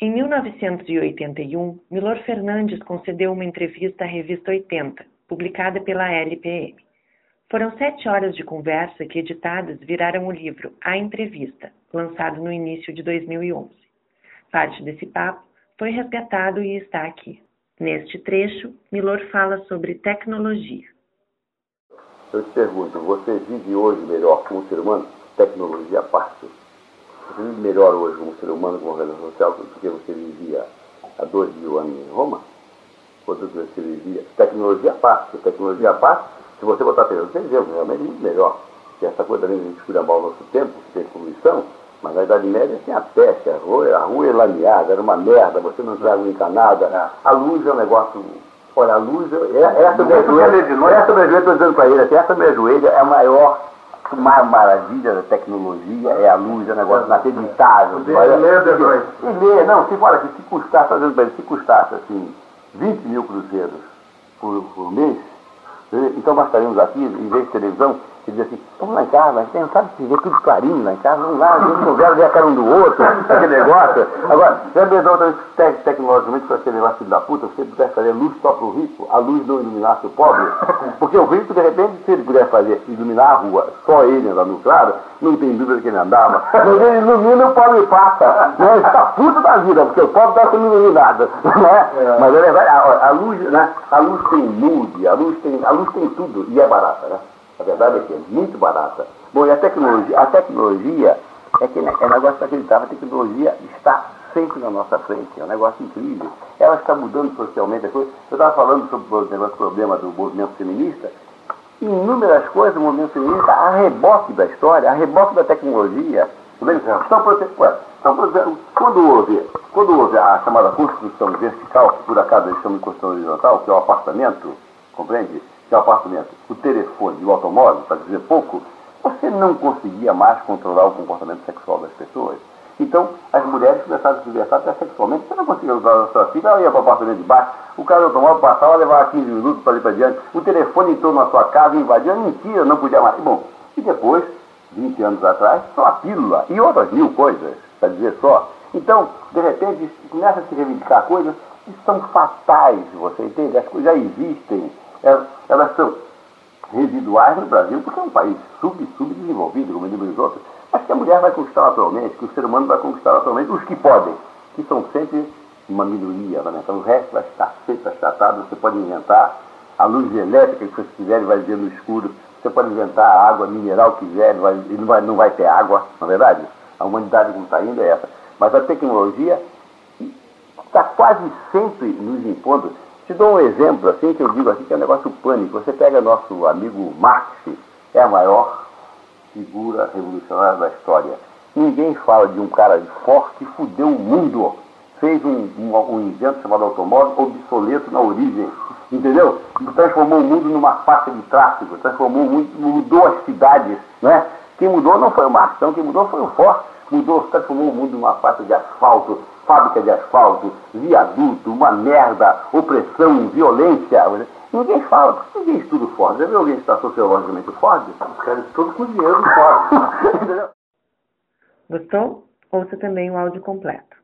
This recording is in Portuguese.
Em 1981, Milor Fernandes concedeu uma entrevista à revista 80, publicada pela LPM. Foram 7 horas de conversa que, editadas, viraram o livro A Entrevista, lançado no início de 2011. Parte desse papo foi resgatado e está aqui. Neste trecho, Milor fala sobre tecnologia. Eu te pergunto, você vive hoje melhor como ser humano? Tecnologia à parte. Você vive melhor hoje como ser humano, como organização social, do que você vivia há 2.000 anos em Roma? Ou do que você vivia? Tecnologia à parte. Tecnologia à parte, se você botar tecnologia, você vive realmente muito melhor. Porque essa coisa também a gente cuida mal o nosso tempo, que tem poluição, mas na Idade Média tinha a peste, a rua é lameada, era uma merda, você não tinha água encanada. A luz é um negócio... Olha, a luz, essa minha joelha, estou dizendo para ele assim, essa minha joelha é a maior maravilha da tecnologia, é a luz, é um negócio inacreditável. Não, se fala que se custasse, estou dizendo para ele, se custasse assim, 20 mil cruzeiros por mês, então nós estaríamos aqui, em vez de televisão, que dizia assim, vamos lá em casa, a gente não sabe se vê tudo clarinho lá em casa, vamos lá, a gente conversa, vê a cara um do outro, aquele negócio. Agora, já mesmo tecnologicamente, para ser negócio filho da puta, você pudesse fazer luz só para o rico, a luz não iluminasse o pobre, porque o rico, de repente, se ele pudesse fazer, iluminar a rua, só ele andar no claro, não tem dúvida que ele andava, mas ele ilumina o pobre passa, né? Ele está puto da vida, porque o pobre está sendo iluminado, né? Mas é verdade, a luz, né? A luz tem nude, a luz tem tudo, e é barata, né? A verdade é que é muito barata. Bom, e a tecnologia é que é um negócio inacreditável. A tecnologia está sempre na nossa frente. É um negócio incrível. Ela está mudando socialmente a coisa. Eu estava falando sobre o problema do movimento feminista. Inúmeras coisas do movimento feminista a reboque da história, a reboque da tecnologia. Quando houve a chamada Constituição Vertical, que por acaso eles chamam de Constituição Horizontal, que é o apartamento, compreende? Que é o apartamento, o telefone e o automóvel, para dizer pouco, você não conseguia mais controlar o comportamento sexual das pessoas. Então, as mulheres começaram a se divertir até sexualmente. Você não conseguia controlar a sua filha, ela ia para o apartamento de baixo, o cara do automóvel passava, levava 15 minutos para ir para diante, o telefone entrou na sua casa, invadiu, mentira, não podia mais. Bom, e depois, 20 anos atrás, só a pílula e outras 1000 coisas, para dizer só. Então, de repente, começa a se reivindicar coisas que são fatais, você entende? As coisas já existem. Elas são residuais no Brasil, porque é um país subdesenvolvido, como inúmeros outros, mas que a mulher vai conquistar naturalmente, que o ser humano vai conquistar naturalmente, os que podem, que são sempre uma minoria, né? Então o resto vai estar sempre tratado, você pode inventar a luz elétrica que você quiser, ele vai ver no escuro, você pode inventar a água mineral que quiser, ele não vai ter água, não é verdade? A humanidade como está indo é essa. Mas a tecnologia está quase sempre nos impondo. Te dou um exemplo, assim, que eu digo aqui, que é um negócio pânico. Você pega nosso amigo Marx, é a maior figura revolucionária da história. Ninguém fala de um cara forte que fudeu o mundo. Fez um invento chamado automóvel obsoleto na origem. Entendeu? E transformou o mundo numa faixa de tráfego, transformou o mundo, mudou as cidades, né? Quem mudou não foi o Marx, não. Quem mudou foi o Ford. Transformou o mundo numa faixa de asfalto, fábrica de asfalto, viaduto, uma merda, opressão, violência. Ninguém fala, porque ninguém estuda o Ford. Já viu alguém estudar sociologicamente o Ford? Os caras todos com dinheiro do Ford. Gostou? Ouça também o áudio completo.